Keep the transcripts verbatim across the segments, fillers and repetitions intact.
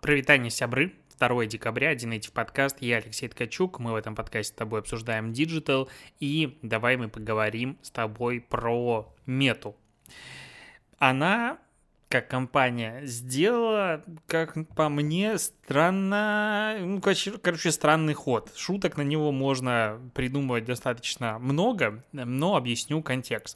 Привитание, сябры. второго декабря, Динейтив подкаст, я Алексей Ткачук, мы в этом подкасте с тобой обсуждаем диджитал, и давай мы поговорим с тобой про Мету. Она, как компания, сделала, как по мне, странно, ну, короче, короче, странный ход. Шуток на него можно придумывать достаточно много, но объясню контекст.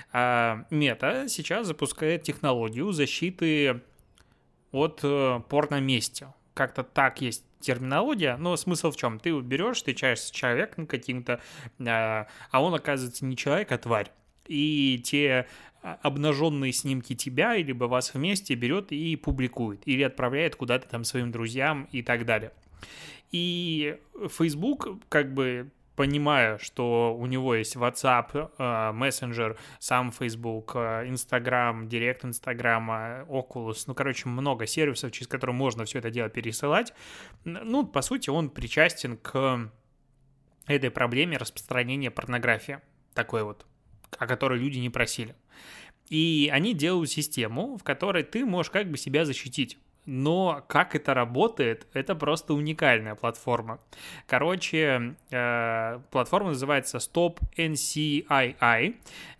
Мета сейчас запускает технологию защиты от э, порномести. Как-то так есть терминология, но смысл в чем? Ты берешь, встречаешься с человеком каким-то, э, а он, оказывается, не человек, а тварь. И те обнаженные снимки тебя, либо вас вместе берет и публикует, или отправляет куда-то там своим друзьям и так далее. И Facebook, как бы, понимая, что у него есть WhatsApp, Messenger, сам Facebook, Instagram, Директ Инстаграма, Oculus, ну, короче, много сервисов, через которые можно все это дело пересылать. Ну, по сути, он причастен к этой проблеме распространения порнографии, такой вот, о которой люди не просили. И они делают систему, в которой ты можешь как бы себя защитить. Но как это работает, это просто уникальная платформа. Короче, э, платформа называется Stop эн си ай ай.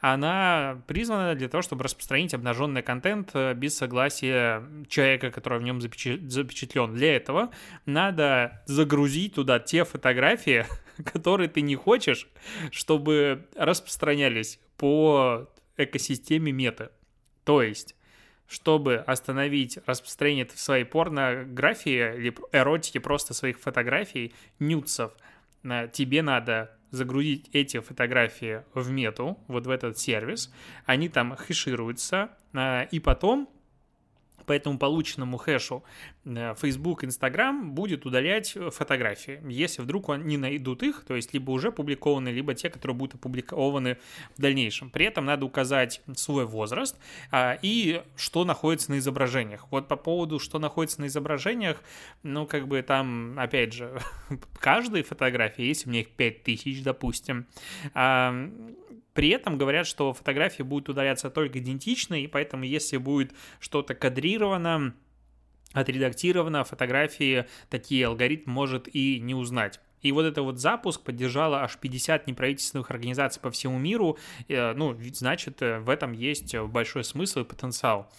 Она призвана для того, чтобы распространить обнаженный контент без согласия человека, который в нем запечатлен. Для этого надо загрузить туда те фотографии, которые ты не хочешь, чтобы распространялись по экосистеме меты. То есть, чтобы остановить распространение своей порнографии или эротики, просто своих фотографий, нюдсов, тебе надо загрузить эти фотографии в мету, вот в этот сервис, они там хэшируются, и потом по этому полученному хэшу Facebook, Instagram будет удалять фотографии, если вдруг они найдут их, то есть либо уже публикованы, либо те, которые будут опубликованы в дальнейшем. При этом надо указать свой возраст а, и что находится на изображениях. Вот по поводу, что находится на изображениях, ну, как бы там, опять же, каждой фотографии, если у меня их пять тысяч, допустим, а, при этом говорят, что фотографии будут удаляться только идентичны, и поэтому если будет что-то кадрировано, отредактировано, фотографии такие алгоритм может и не узнать. И вот это вот запуск поддержало аж пятьдесят неправительственных организаций по всему миру. Ну, значит, в этом есть большой смысл и потенциал.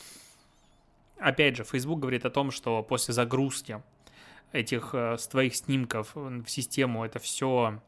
Опять же, Facebook говорит о том, что после загрузки этих с твоих снимков в систему это все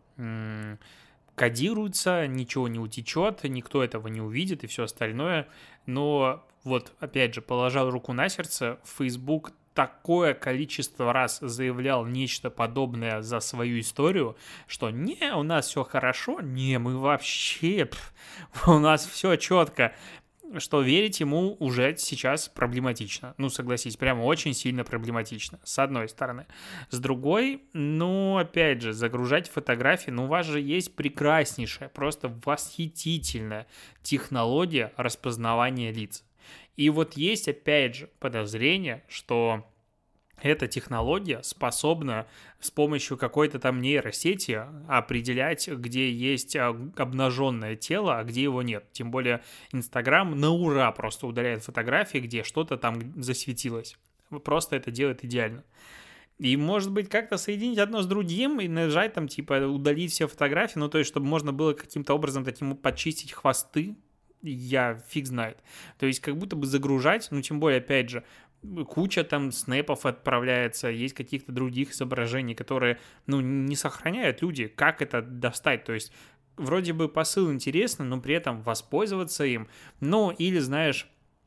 кодируется, ничего не утечет, никто этого не увидит и все остальное. Но вот, опять же, положа руку на сердце, Facebook такое количество раз заявлял нечто подобное за свою историю, что не, у нас все хорошо, не, мы вообще, пф, у нас все четко, что верить ему уже сейчас проблематично. Ну, согласись, прямо очень сильно проблематично, с одной стороны. С другой, ну, опять же, загружать фотографии, ну, у вас же есть прекраснейшая, просто восхитительная технология распознавания лиц. И вот есть, опять же, подозрение, что эта технология способна с помощью какой-то там нейросети определять, где есть обнаженное тело, а где его нет. Тем более Инстаграм на ура просто удаляет фотографии, где что-то там засветилось. Просто это делает идеально. И, может быть, как-то соединить одно с другим и нажать там, типа, удалить все фотографии, ну, то есть, чтобы можно было каким-то образом таким почистить хвосты, я фиг знает. То есть, как будто бы загружать, ну, тем более, опять же, куча там снэпов отправляется, есть каких-то других изображений, которые, ну, не сохраняют люди. Как это достать? То есть, вроде бы посыл интересный, но при этом воспользоваться им. Ну, или, знаешь,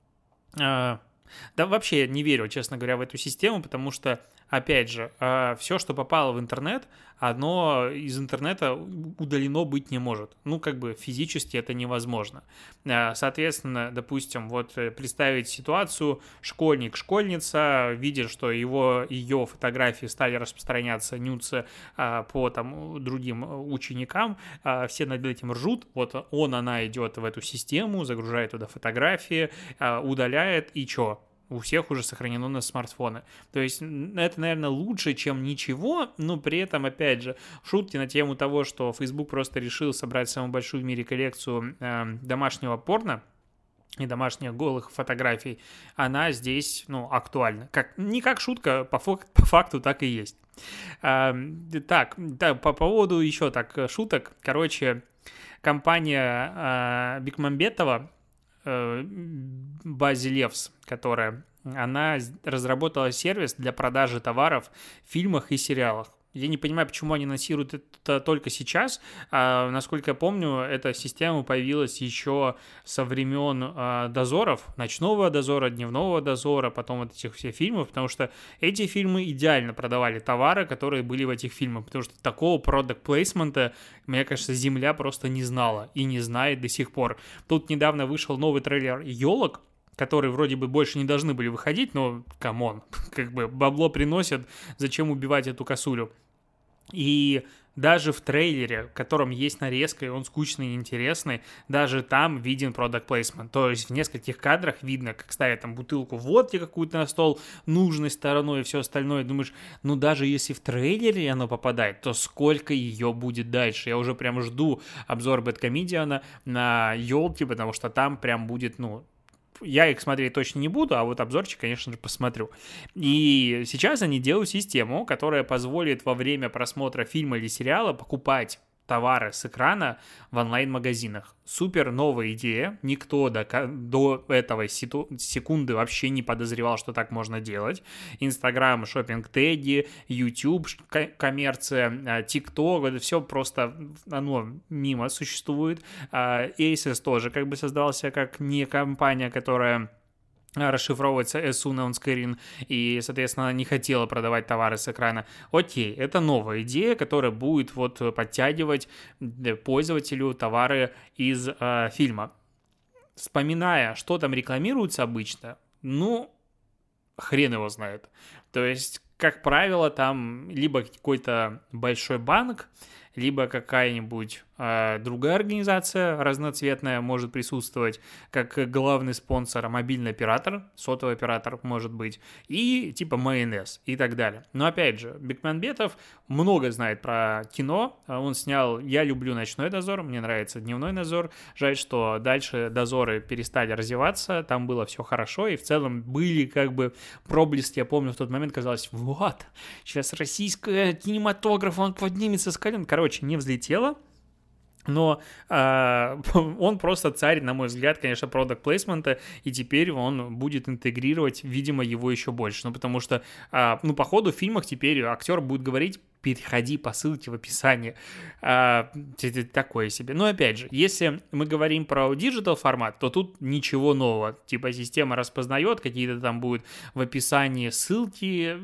э, да вообще я не верю, честно говоря, в эту систему, потому что, опять же, э, все, что попало в интернет, оно из интернета удалено быть не может. Ну, как бы физически это невозможно. Соответственно, допустим, вот представить ситуацию, школьник, школьница, видит, что его, ее фотографии стали распространяться, нюцы по там другим ученикам, все над этим ржут, вот он, она идет в эту систему, загружает туда фотографии, удаляет, и что? У всех уже сохранено на смартфоны. То есть это, наверное, лучше, чем ничего, но при этом, опять же, шутки на тему того, что Facebook просто решил собрать самую большую в мире коллекцию э, домашнего порно, и домашних голых фотографий, она здесь, ну, актуальна. Как, не как шутка, по, фак, по факту так и есть. А, так, да, по поводу еще так шуток. Короче, компания а, Бекмамбетова, а, Базилевс, которая, она разработала сервис для продажи товаров в фильмах и сериалах. Я не понимаю, почему они анонсируют это только сейчас. А, насколько я помню, эта система появилась еще со времен а, дозоров, ночного дозора, дневного дозора, потом вот этих всех фильмов, потому что эти фильмы идеально продавали товары, которые были в этих фильмах, потому что такого продакт-плейсмента, мне кажется, Земля просто не знала и не знает до сих пор. Тут недавно вышел новый трейлер «Елок», которые вроде бы больше не должны были выходить, но, камон, как бы бабло приносят, зачем убивать эту косулю? И даже в трейлере, в котором есть нарезка, и он скучный и неинтересный, даже там виден product placement. То есть в нескольких кадрах видно, как ставят там бутылку водки какую-то на стол нужной стороной и все остальное. Думаешь, ну даже если в трейлере оно попадает, то сколько ее будет дальше? Я уже прям жду обзор Бэдкомедиана на елки, потому что там прям будет, ну... Я их смотреть точно не буду, а вот обзорчик, конечно же, посмотрю. И сейчас они делают систему, которая позволит во время просмотра фильма или сериала покупать товары с экрана в онлайн-магазинах. Супер новая идея. Никто до, до этого ситу, секунды вообще не подозревал, что так можно делать. Инстаграм, шопинг-теги, YouTube, коммерция, ТикТок, это все просто, оно мимо существует. Asus тоже как бы создался как не компания, которая... расшифровывается эс ю на онскрин, и, соответственно, она не хотела продавать товары с экрана. Окей, это новая идея, которая будет вот подтягивать пользователю товары из э, фильма. Вспоминая, что там рекламируется обычно, ну, хрен его знает. То есть, как правило, там либо какой-то большой банк, либо какая-нибудь э, другая организация разноцветная может присутствовать, как главный спонсор, мобильный оператор, сотовый оператор может быть, и типа майонез и так далее. Но опять же, Бекмамбетов много знает про кино, он снял «Я люблю ночной дозор», мне нравится дневной дозор, жаль, что дальше дозоры перестали развиваться, там было все хорошо, и в целом были как бы проблески, я помню, в тот момент казалось, вот, сейчас российский кинематограф, он поднимется с колен, короче, не взлетело. Но э, он просто царь, на мой взгляд, конечно, продакт-плейсмента, и теперь он будет интегрировать, видимо, его еще больше. Ну, потому что, э, ну, по ходу в фильмах теперь актер будет говорить: переходи по ссылке в описании. А, такое себе. Но опять же, если мы говорим про диджитал формат, то тут ничего нового. Типа система распознает, какие-то там будут в описании ссылки,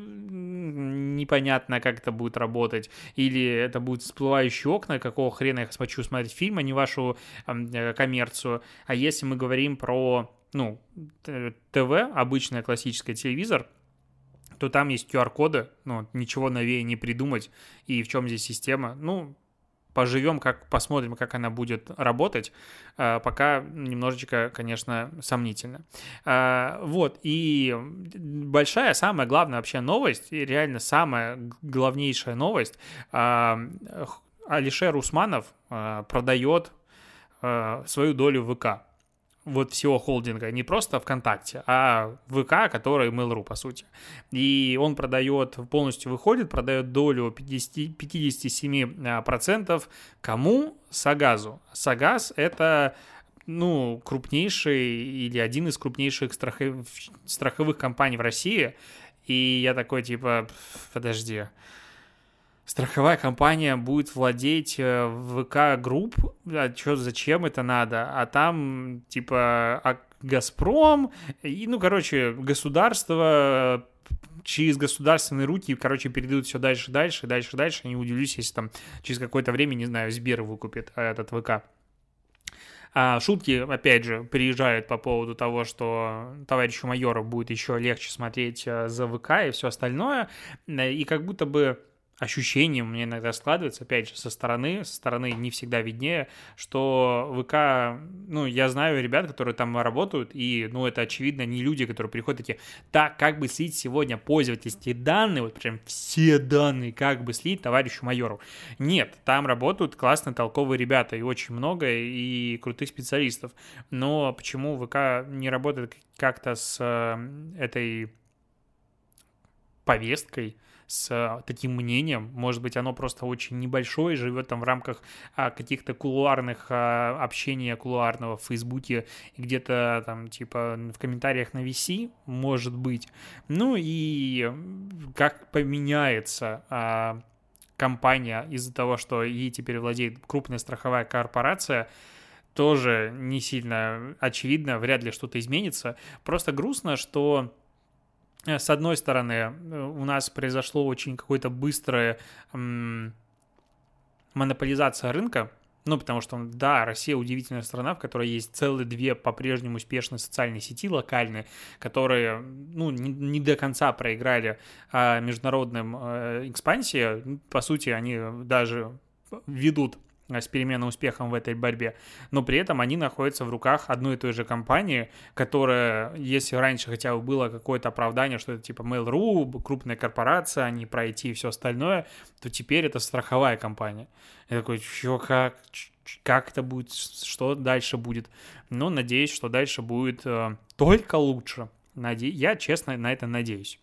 непонятно, как это будет работать, или это будут всплывающие окна, какого хрена я хочу смотреть фильм, а не вашу э, коммерцию. А если мы говорим про, ну, ТВ, обычный классический телевизор, то там есть ку ар-коды, ну, ничего новее не придумать. И в чем здесь система? Ну, поживем, как, посмотрим, как она будет работать. А, пока немножечко, конечно, сомнительно. А, вот, и большая, самая главная вообще новость, и реально самая главнейшая новость, а, Алишер Усманов а, продает а, свою долю в ВК. Вот всего холдинга, не просто ВКонтакте, а ВК, который Mail.ru, по сути. И он продает, полностью выходит, продает долю пятьдесят, пятьдесят семь процентов кому? Сагазу. Сагаз — это, ну, крупнейший или один из крупнейших страхов... страховых компаний в России. И я такой, типа, подожди... Страховая компания будет владеть ВК-групп, а что, зачем это надо? А там, типа, а Газпром, и, ну, короче, государство через государственные руки, короче, передают все дальше, дальше, дальше, дальше. Не удивлюсь, если там через какое-то время, не знаю, Сбер выкупит этот ВК. А шутки, опять же, приезжают по поводу того, что товарищу майору будет еще легче смотреть за ВК и все остальное. И как будто бы ощущение у меня иногда складывается, опять же, со стороны, со стороны не всегда виднее, что ВК, ну, я знаю ребят, которые там работают, и, ну, это, очевидно, не люди, которые приходят такие, так, как бы слить сегодня пользовательские данные, вот прям все данные, как бы слить товарищу майору. Нет, там работают классные, толковые ребята, и очень много, и крутых специалистов. Но почему ВК не работает как-то с этой повесткой, с таким мнением, может быть, оно просто очень небольшое, живет там в рамках а, каких-то кулуарных а, общения кулуарного в Фейсбуке и где-то там типа в комментариях на ви си, может быть. Ну и как поменяется а, компания из-за того, что ей теперь владеет крупная страховая корпорация, тоже не сильно очевидно, вряд ли что-то изменится. Просто грустно, что с одной стороны, у нас произошло очень какое-то быстрое м, монополизация рынка, ну, потому что, да, Россия удивительная страна, в которой есть целые две по-прежнему успешные социальные сети локальные, которые, ну, не, не до конца проиграли а, международным а, экспансии. По сути, они даже ведут с переменным успехом в этой борьбе, но при этом они находятся в руках одной и той же компании, которая, если раньше хотя бы было какое-то оправдание, что это типа Mail.ru, крупная корпорация, они про ай ти и все остальное, то теперь это страховая компания. Я такой, чё, как, как это будет, что дальше будет? Но надеюсь, что дальше будет э, только лучше. Наде... Я, честно, на это надеюсь.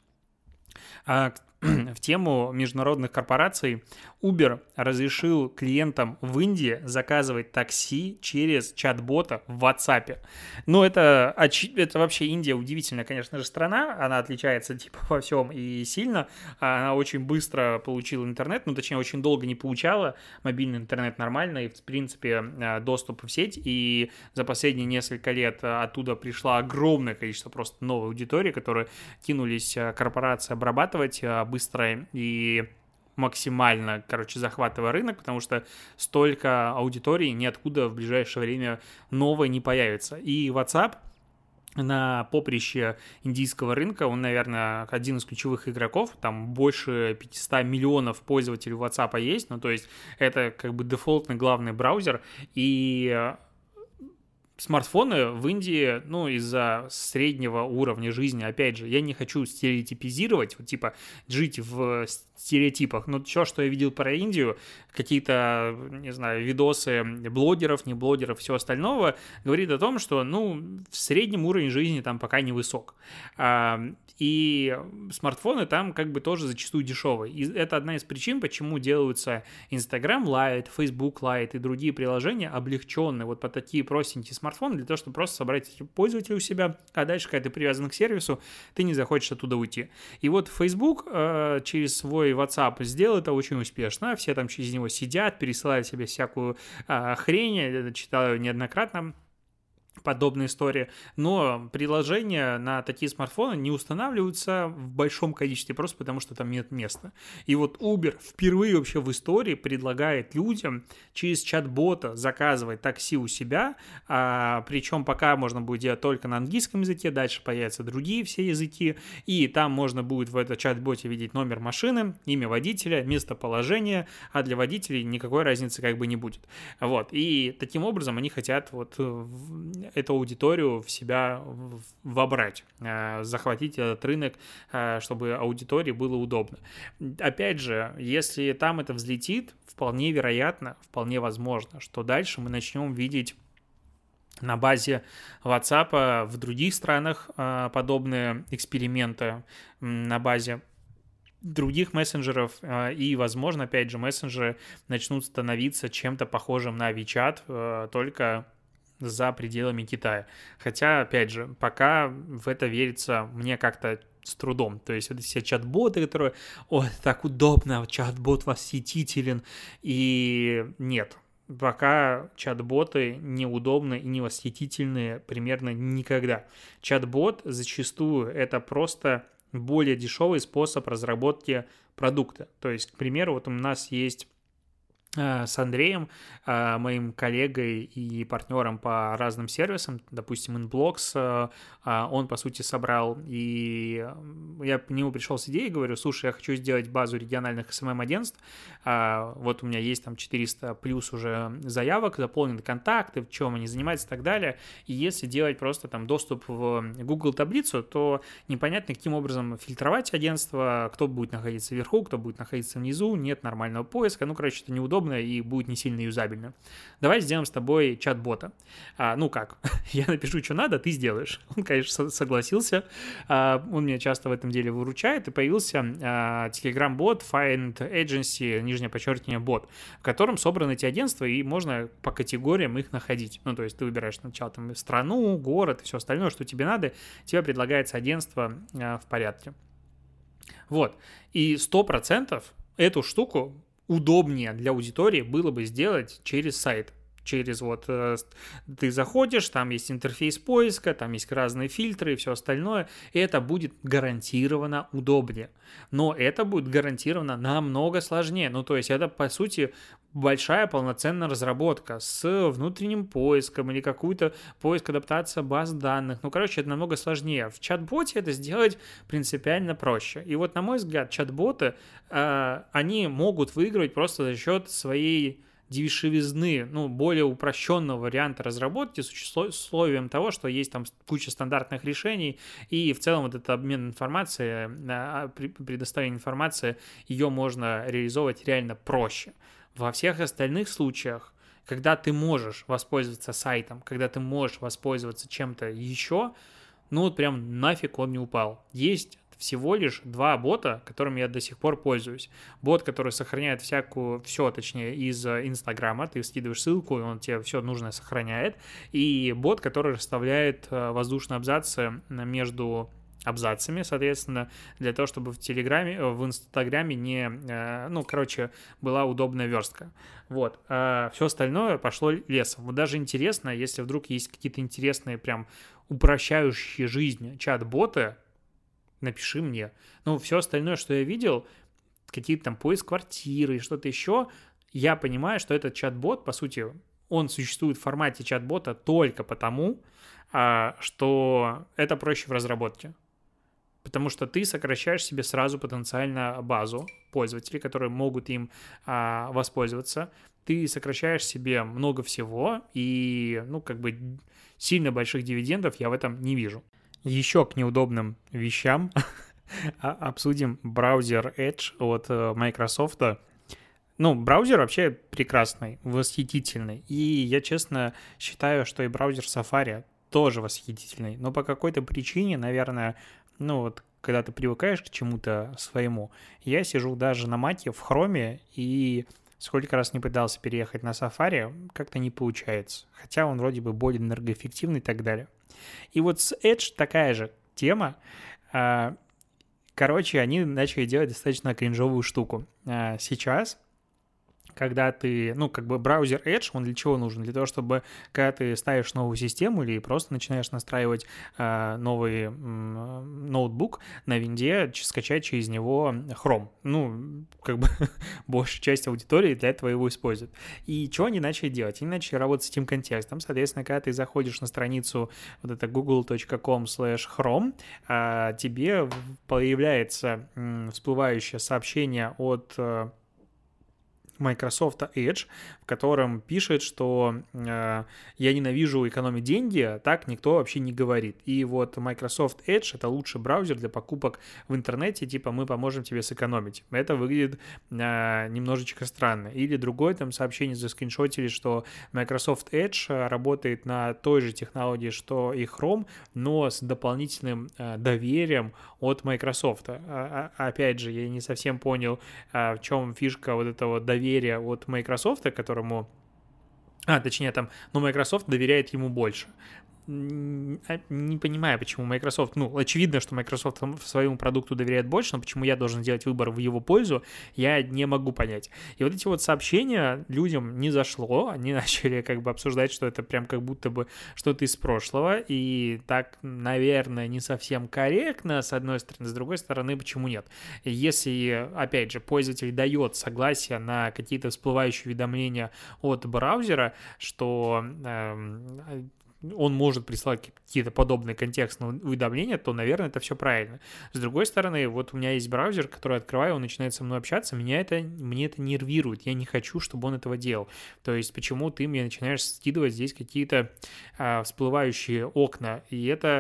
А в тему международных корпораций Uber разрешил клиентам в Индии заказывать такси через чат-бота в WhatsApp. Ну, это, это вообще Индия удивительная, конечно же, страна. Она отличается типа во всем и сильно. Она очень быстро получила интернет, ну, точнее, очень долго не получала мобильный интернет нормально и, в принципе, доступ в сеть. И за последние несколько лет оттуда пришло огромное количество просто новой аудитории, которые кинулись корпорации обрабатывать быстро и максимально, короче, захватывая рынок, потому что столько аудитории ниоткуда в ближайшее время новой не появится. И WhatsApp на поприще индийского рынка, он, наверное, один из ключевых игроков, там больше пятьсот миллионов пользователей WhatsApp есть, ну, то есть это как бы дефолтный главный браузер, и смартфоны в Индии, ну, из-за среднего уровня жизни, опять же, я не хочу стереотипизировать, вот, типа, жить в стереотипах, но все, что я видел про Индию, какие-то, не знаю, видосы блогеров, не блогеров, все остального, говорит о том, что, ну, в среднем уровень жизни там пока невысок. И смартфоны там как бы тоже зачастую дешевые. И это одна из причин, почему делаются Instagram Lite, Facebook Lite и другие приложения облегченные вот под такие простенькие смартфоны, для того, чтобы просто собрать этих пользователей у себя, а дальше, когда ты привязан к сервису, ты не захочешь оттуда уйти. И вот Facebook э, через свой WhatsApp сделал это очень успешно, все там через него сидят, пересылают себе всякую э, хрень, я читал неоднократно подобные истории, но приложения на такие смартфоны не устанавливаются в большом количестве просто потому, что там нет места. И вот Uber впервые вообще в истории предлагает людям через чат-бота заказывать такси у себя, а, причем пока можно будет делать только на английском языке, дальше появятся другие все языки, и там можно будет в этом чат-боте видеть номер машины, имя водителя, местоположение, а для водителей никакой разницы как бы не будет. Вот, и таким образом они хотят вот эту аудиторию в себя вобрать, захватить этот рынок, чтобы аудитории было удобно. Опять же, если там это взлетит, вполне вероятно, вполне возможно, что дальше мы начнем видеть на базе WhatsApp в других странах подобные эксперименты на базе других мессенджеров, и, возможно, опять же, мессенджеры начнут становиться чем-то похожим на WeChat, только за пределами Китая. Хотя, опять же, пока в это верится мне как-то с трудом. То есть вот все чат-боты, которые, ой, так удобно, чат-бот восхитителен, и нет. Пока чат-боты неудобны и не восхитительные примерно никогда. Чат-бот зачастую это просто более дешевый способ разработки продукта. То есть, к примеру, вот у нас есть с Андреем, моим коллегой и партнером по разным сервисам, допустим, Inblocks, он, по сути, собрал, и я к нему пришел с идеей, говорю, слушай, я хочу сделать базу региональных эс эм эм-агентств, вот у меня есть там четыреста плюс уже заявок, заполнены контакты, в чем они занимаются и так далее, и если делать просто там доступ в Google таблицу, то непонятно, каким образом фильтровать агентство, кто будет находиться вверху, кто будет находиться внизу, нет нормального поиска, ну, короче, это неудобно, и будет не сильно юзабельно. Давай сделаем с тобой чат-бота. А, ну как, я напишу, что надо, ты сделаешь. Он, конечно, согласился. А, он меня часто в этом деле выручает, и появился а, Telegram-бот Find Agency, нижнее подчеркивание, бот, в котором собраны эти агентства, и можно по категориям их находить. Ну, то есть ты выбираешь сначала там страну, город и все остальное, что тебе надо, тебе предлагается агентство а, в порядке. Вот. И сто процентов эту штуку удобнее для аудитории было бы сделать через сайт. Через вот э, ты заходишь, там есть интерфейс поиска, там есть разные фильтры и все остальное, и это будет гарантированно удобнее. Но это будет гарантированно намного сложнее. Ну, то есть это, по сути, большая полноценная разработка с внутренним поиском или какую-то поиск, адаптация баз данных. Ну, короче, это намного сложнее. В чат-боте это сделать принципиально проще. И вот, на мой взгляд, чат-боты, э, они могут выигрывать просто за счет своей дешевизны, ну, более упрощенного варианта разработки с условием того, что есть там куча стандартных решений, и в целом вот этот обмен информацией, предоставление информации, ее можно реализовывать реально проще. Во всех остальных случаях, когда ты можешь воспользоваться сайтом, когда ты можешь воспользоваться чем-то еще, ну, вот прям нафиг он не упал. Есть всего лишь два бота, которыми я до сих пор пользуюсь. Бот, который сохраняет всякую, все, точнее, из Инстаграма, ты скидываешь ссылку, и он тебе все нужное сохраняет, и бот, который расставляет воздушные абзацы между абзацами, соответственно, для того, чтобы в Телеграме, в Инстаграме не, ну, короче, была удобная верстка. Вот. А все остальное пошло лесом. Вот даже интересно, если вдруг есть какие-то интересные, прям упрощающие жизнь чат-боты, напиши мне. Ну, все остальное, что я видел, какие-то там поиск квартиры и что-то еще, я понимаю, что этот чат-бот, по сути, он существует в формате чат-бота только потому, что это проще в разработке. Потому что ты сокращаешь себе сразу потенциально базу пользователей, которые могут им а, воспользоваться. Ты сокращаешь себе много всего, и, ну, как бы сильно больших дивидендов я в этом не вижу. Еще к неудобным вещам обсудим браузер Edge от Microsoft. Ну, браузер вообще прекрасный, восхитительный. И я, честно, считаю, что и браузер Safari тоже восхитительный. Но по какой-то причине, наверное, ну вот, когда ты привыкаешь к чему-то своему, я сижу даже на Маке в Chrome, и сколько раз не пытался переехать на Safari, как-то не получается. Хотя он вроде бы более энергоэффективный и так далее. И вот с Edge такая же тема. Короче, они начали делать достаточно кринжовую штуку. Сейчас, когда ты, ну, как бы браузер Edge, он для чего нужен? Для того, чтобы, когда ты ставишь новую систему или просто начинаешь настраивать э, новый э, ноутбук на винде, скачать через него Chrome. Ну, как бы большая часть аудитории для этого его использует. И что они начали делать? Они начали работать с этим контекстом. Соответственно, когда ты заходишь на страницу вот это google точка com слэш chrome, э, тебе появляется э, всплывающее сообщение от э, Microsoft Edge, в котором пишет, что э, я ненавижу экономить деньги, так никто вообще не говорит. И вот Microsoft Edge — это лучший браузер для покупок в интернете, типа мы поможем тебе сэкономить. Это выглядит э, немножечко странно. Или другое там сообщение заскриншотили, что Microsoft Edge работает на той же технологии, что и Chrome, но с дополнительным э, доверием от Microsoft. А, а, опять же, я не совсем понял, а, в чем фишка вот этого доверия от Microsoft, которому, а, точнее, там, ну, Microsoft доверяет ему больше. не понимаю, почему Microsoft, ну, очевидно, что Microsoft своему продукту доверяет больше, но почему я должен делать выбор в его пользу, я не могу понять. И вот эти вот сообщения людям не зашло, они начали как бы обсуждать, что это прям как будто бы что-то из прошлого, и так, наверное, не совсем корректно, с одной стороны, с другой стороны, почему нет? Если, опять же, пользователь дает согласие на какие-то всплывающие уведомления от браузера, что э, он может присылать какие-то подобные контекстные уведомления, то, наверное, это все правильно. С другой стороны, вот у меня есть браузер, который открываю, он начинает со мной общаться, меня это, мне это нервирует, я не хочу, чтобы он этого делал. То есть, почему ты мне начинаешь скидывать здесь какие-то а, всплывающие окна, и это...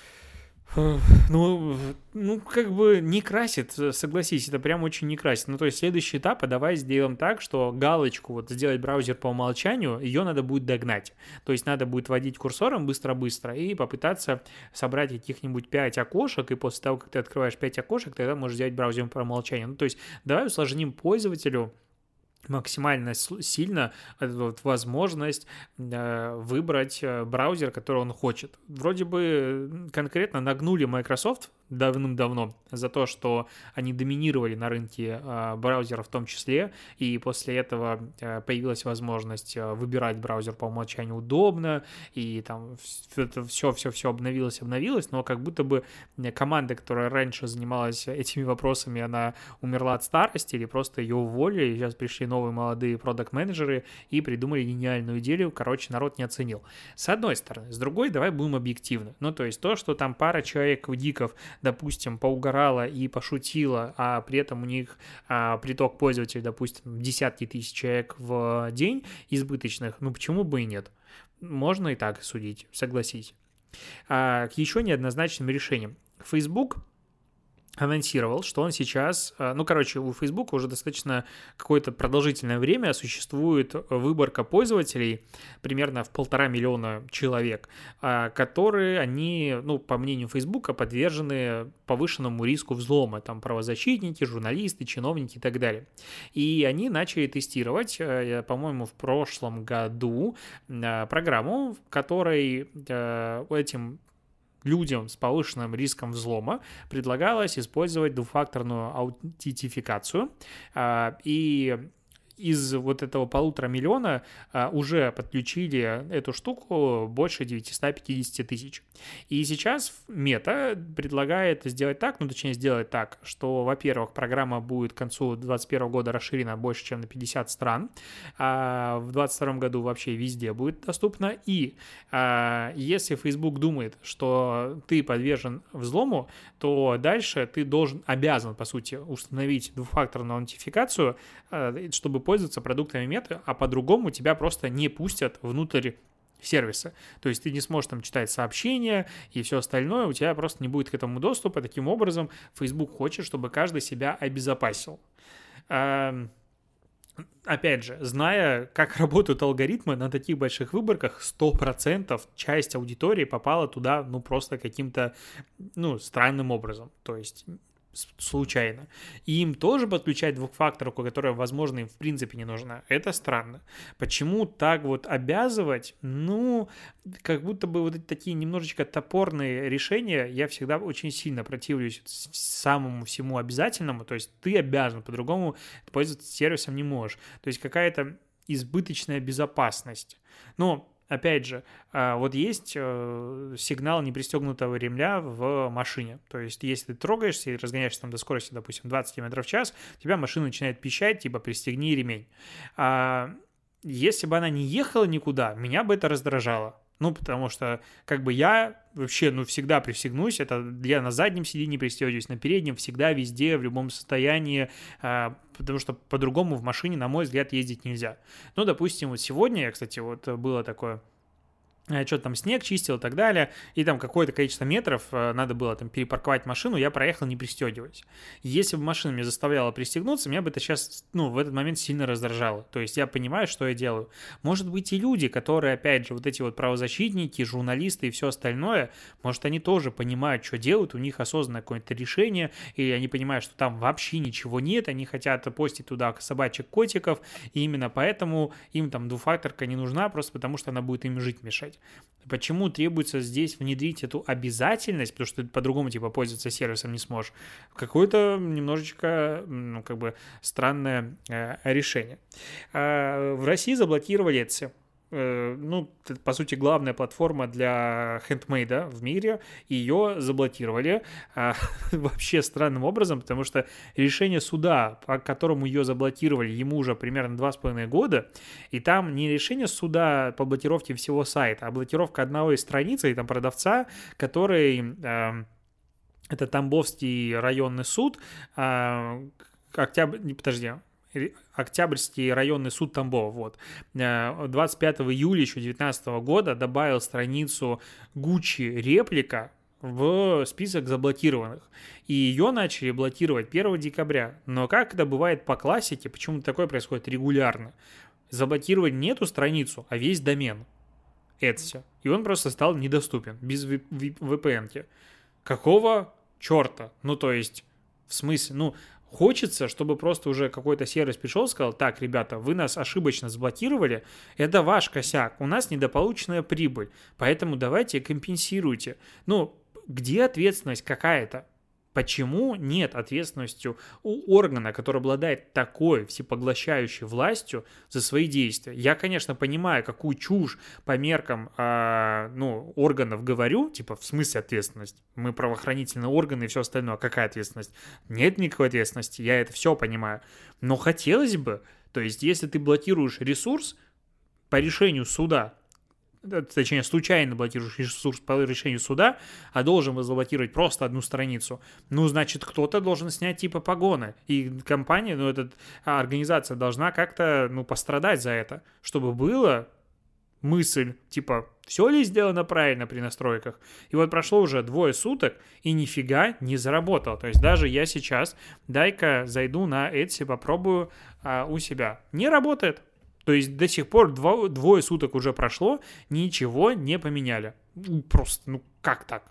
Ну, ну, как бы не красит, согласись, это прям очень не красит. Ну, то есть следующий этап, а давай сделаем так, что галочку вот сделать браузер по умолчанию, ее надо будет догнать. То есть надо будет водить курсором быстро-быстро и попытаться собрать каких-нибудь пять окошек, и после того, как ты открываешь пять окошек, тогда можешь сделать браузер по умолчанию. Ну, то есть давай усложним пользователю максимально сильно эту вот возможность э, выбрать браузер, который он хочет. Вроде бы конкретно нагнули Microsoft давным-давно за то, что они доминировали на рынке э, браузеров в том числе, и после этого э, появилась возможность э, выбирать браузер по умолчанию удобно, и там это все-все-все обновилось, обновилось, но как будто бы команда, которая раньше занималась этими вопросами, она умерла от старости или просто ее уволили, и сейчас пришли новые молодые продакт-менеджеры и придумали гениальную идею, короче, народ не оценил. С одной стороны. С другой, давай будем объективны. Ну, то есть то, что там пара человек-гиков, допустим, поугорала и пошутила, а при этом у них а, приток пользователей, допустим, десятки тысяч человек в день избыточных, ну, почему бы и нет? Можно и так судить, согласись. А, к еще неоднозначным решениям. Facebook анонсировал, что он сейчас, ну, короче, у Facebook уже достаточно какое-то продолжительное время существует выборка пользователей, примерно в полтора миллиона человек, которые, они, ну, по мнению Facebook, подвержены повышенному риску взлома, там, правозащитники, журналисты, чиновники и так далее. И они начали тестировать, по-моему, в прошлом году программу, в которой этим людям с повышенным риском взлома предлагалось использовать двухфакторную аутентификацию, и из вот этого полутора миллиона а, уже подключили эту штуку больше девятьсот пятьдесят тысяч. И сейчас Мета предлагает сделать так, ну, точнее, сделать так, что, во-первых, программа будет к концу две тысячи двадцать первого года расширена больше, чем на пятьдесят стран, а в две тысячи двадцать втором году вообще везде будет доступна, и а, если Facebook думает, что ты подвержен взлому, то дальше ты должен, обязан, по сути, установить двухфакторную аутентификацию, а, чтобы пользоваться продуктами Меты, а по-другому тебя просто не пустят внутрь сервиса. То есть ты не сможешь там читать сообщения и все остальное, у тебя просто не будет к этому доступа. Таким образом, Facebook хочет, чтобы каждый себя обезопасил. Опять же, зная, как работают алгоритмы на таких больших выборках, сто процентов часть аудитории попала туда, ну, просто каким-то, ну, странным образом. То есть случайно. И им тоже подключать двухфакторку, которая, возможно, им в принципе не нужна. Это странно. Почему так вот обязывать? Ну, как будто бы вот эти такие немножечко топорные решения, я всегда очень сильно противлюсь самому всему обязательному. То есть ты обязан, по-другому пользоваться сервисом не можешь. То есть какая-то избыточная безопасность. Но опять же, вот есть сигнал непристегнутого ремня в машине. То есть, если ты трогаешься и разгоняешься там до скорости, допустим, двадцать километров в час, у тебя машина начинает пищать, типа, пристегни ремень. А если бы она не ехала никуда, меня бы это раздражало. Ну, потому что, как бы, я вообще, ну, всегда пристегнусь, это я на заднем сиденье пристегиваюсь, на переднем, всегда, везде, в любом состоянии, а, потому что по-другому в машине, на мой взгляд, ездить нельзя. Ну, допустим, вот сегодня, кстати, вот было такое... что-то там снег чистил и так далее, и там какое-то количество метров надо было там перепарковать машину, я проехал не пристегиваясь. Если бы машина меня заставляла пристегнуться, меня бы это сейчас, ну, в этот момент сильно раздражало. То есть я понимаю, что я делаю. Может быть, и люди, которые, опять же, вот эти вот правозащитники, журналисты и все остальное, может, они тоже понимают, что делают, у них осознанное какое-то решение, или они понимают, что там вообще ничего нет, они хотят постить туда собачек, котиков, и именно поэтому им там двухфакторка не нужна, просто потому что она будет им жить мешать. заблокировать. Почему требуется здесь внедрить эту обязательность, потому что ты по-другому типа пользоваться сервисом не сможешь? Какое-то немножечко, ну, как бы странное э, решение. А в России заблокировали Etsy. Ну, по сути, главная платформа для хендмейда в мире, ее заблокировали а, вообще странным образом, потому что решение суда, по которому ее заблокировали, ему уже примерно два с половиной года, и там не решение суда по блокировке всего сайта, а блокировка одного из страниц, и там продавца, который... А, это Тамбовский районный суд, а, октябрь... Не, подожди... Октябрьский районный суд Тамбова, вот, двадцать пятого июля еще две тысячи девятнадцатого года добавил страницу Gucci реплика в список заблокированных. И ее начали блокировать первого декабря. Но как это бывает по классике, почему такое происходит регулярно? Заблокировать не эту страницу, а весь домен Etsy. И он просто стал недоступен, без ви пи эн-ки. Какого черта? Ну, то есть, в смысле, ну... Хочется, чтобы просто уже какой-то сервис пришел и сказал: так, ребята, вы нас ошибочно заблокировали, это ваш косяк, у нас недополученная прибыль, поэтому давайте компенсируйте. Ну, где ответственность какая-то? Почему нет ответственности у органа, который обладает такой всепоглощающей властью за свои действия? Я, конечно, понимаю, какую чушь по меркам э, ну, органов говорю, типа, в смысле ответственность? Мы правоохранительные органы и все остальное, какая ответственность? Нет никакой ответственности, я это все понимаю. Но хотелось бы, то есть, если ты блокируешь ресурс по решению суда, точнее, случайно блокируешь ресурс по решению суда, а должен заблокировать просто одну страницу, ну, значит, кто-то должен снять типа погоны. И компания, ну, эта организация должна как-то, ну, пострадать за это, чтобы было мысль, типа, все ли сделано правильно при настройках. И вот прошло уже двое суток, и нифига не заработало. То есть даже я сейчас, дай-ка зайду на Etsy, попробую а, у себя. Не работает. То есть до сих пор дво, двое суток уже прошло, ничего не поменяли. Просто, ну как так?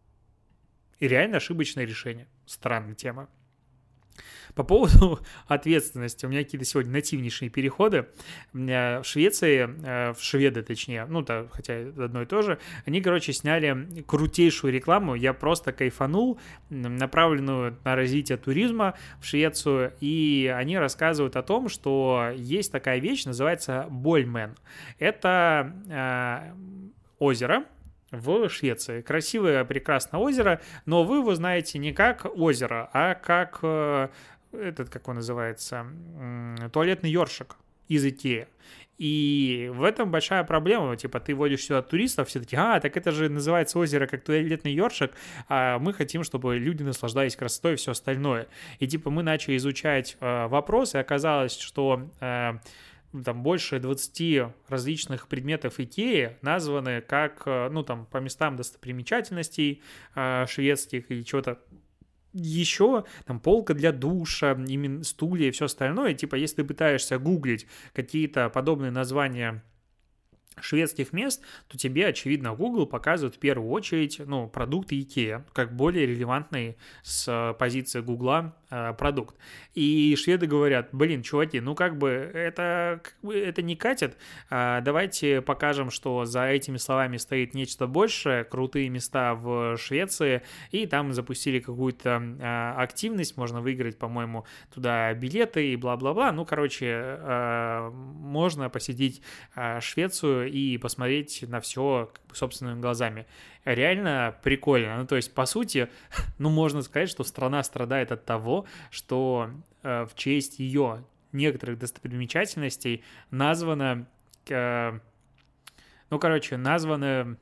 И реально ошибочное решение. Странная тема. По поводу ответственности, у меня какие-то сегодня нативнейшие переходы. В Швеции, в шведы точнее, ну, да, хотя одно и то же, они, короче, сняли крутейшую рекламу, я просто кайфанул, направленную на развитие туризма в Швецию, и они рассказывают о том, что есть такая вещь, называется Больмен. Это э, озеро в Швеции. Красивое, прекрасное озеро, но вы его знаете не как озеро, а как... Э, этот, как он называется, туалетный ёршик из Икеи. И в этом большая проблема, типа, ты водишь сюда туристов, все таки, а, так это же называется озеро как туалетный ёршик, а мы хотим, чтобы люди наслаждались красотой и все остальное. И, типа, мы начали изучать э, вопрос, и оказалось, что... Э, там больше двадцати различных предметов Икеи названы как, ну, там, по местам достопримечательностей э, шведских или чего-то еще, там, полка для душа, именно стулья и все остальное. Типа, если ты пытаешься гуглить какие-то подобные названия шведских мест, то тебе, очевидно, Google показывает в первую очередь, ну, продукты Икеа, как более релевантный с позиции Гугла э, продукт. И шведы говорят: блин, чуваки, ну, как бы это, как бы это не катит, а давайте покажем, что за этими словами стоит нечто большее, крутые места в Швеции, и там запустили какую-то э, активность, можно выиграть, по-моему, туда билеты и бла-бла-бла. Ну, короче, э, можно посетить э, Швецию и посмотреть на все как бы собственными глазами. Реально прикольно. Ну, то есть, по сути, ну, можно сказать, что страна страдает от того, что э, в честь ее некоторых достопримечательностей названо, э, ну, короче, названы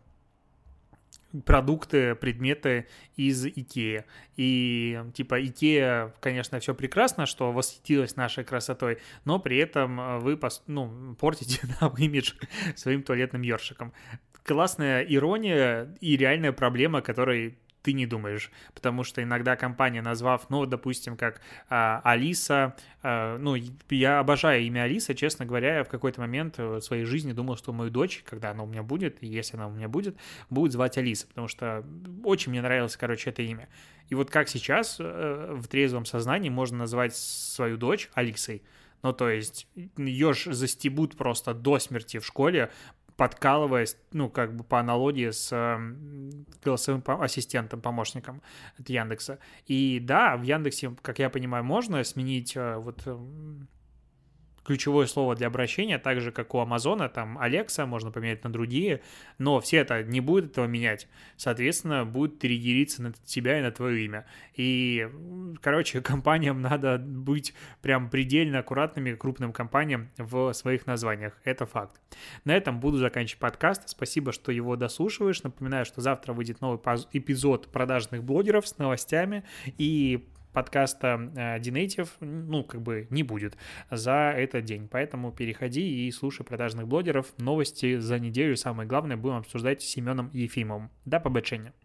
продукты, предметы из Икеи. И, типа, Икея, конечно, все прекрасно, что восхитилась нашей красотой, но при этом вы, ну, портите нам имидж своим туалетным ёршиком. Классная ирония и реальная проблема, которой ты не думаешь, потому что иногда компания, назвав, ну, допустим, как а, Алиса, а, ну, я обожаю имя Алиса, честно говоря, я в какой-то момент в своей жизни думал, что мою дочь, когда она у меня будет, и если она у меня будет, будет звать Алиса, потому что очень мне нравилось, короче, это имя. И вот как сейчас в трезвом сознании можно назвать свою дочь Алисой, ну, то есть ее ж застебут просто до смерти в школе, подкалываясь, ну, как бы по аналогии с э, голосовым ассистентом, помощником от Яндекса. И да, в Яндексе, как я понимаю, можно сменить э, вот э, ключевое слово для обращения, так же, как у Амазона, там Alexa можно поменять на другие, но все это не будет этого менять. Соответственно, будет триггериться на тебя и на твое имя. И, короче, компаниям надо быть прям предельно аккуратными, крупным компаниям в своих названиях. Это факт. На этом буду заканчивать подкаст. Спасибо, что его дослушиваешь. Напоминаю, что завтра выйдет новый эпизод продажных блогеров с новостями, и подкаста D-Native, ну, как бы не будет за этот день. Поэтому переходи и слушай продажных блогеров. Новости за неделю, самое главное, будем обсуждать с Семеном Ефимовым. До побачення.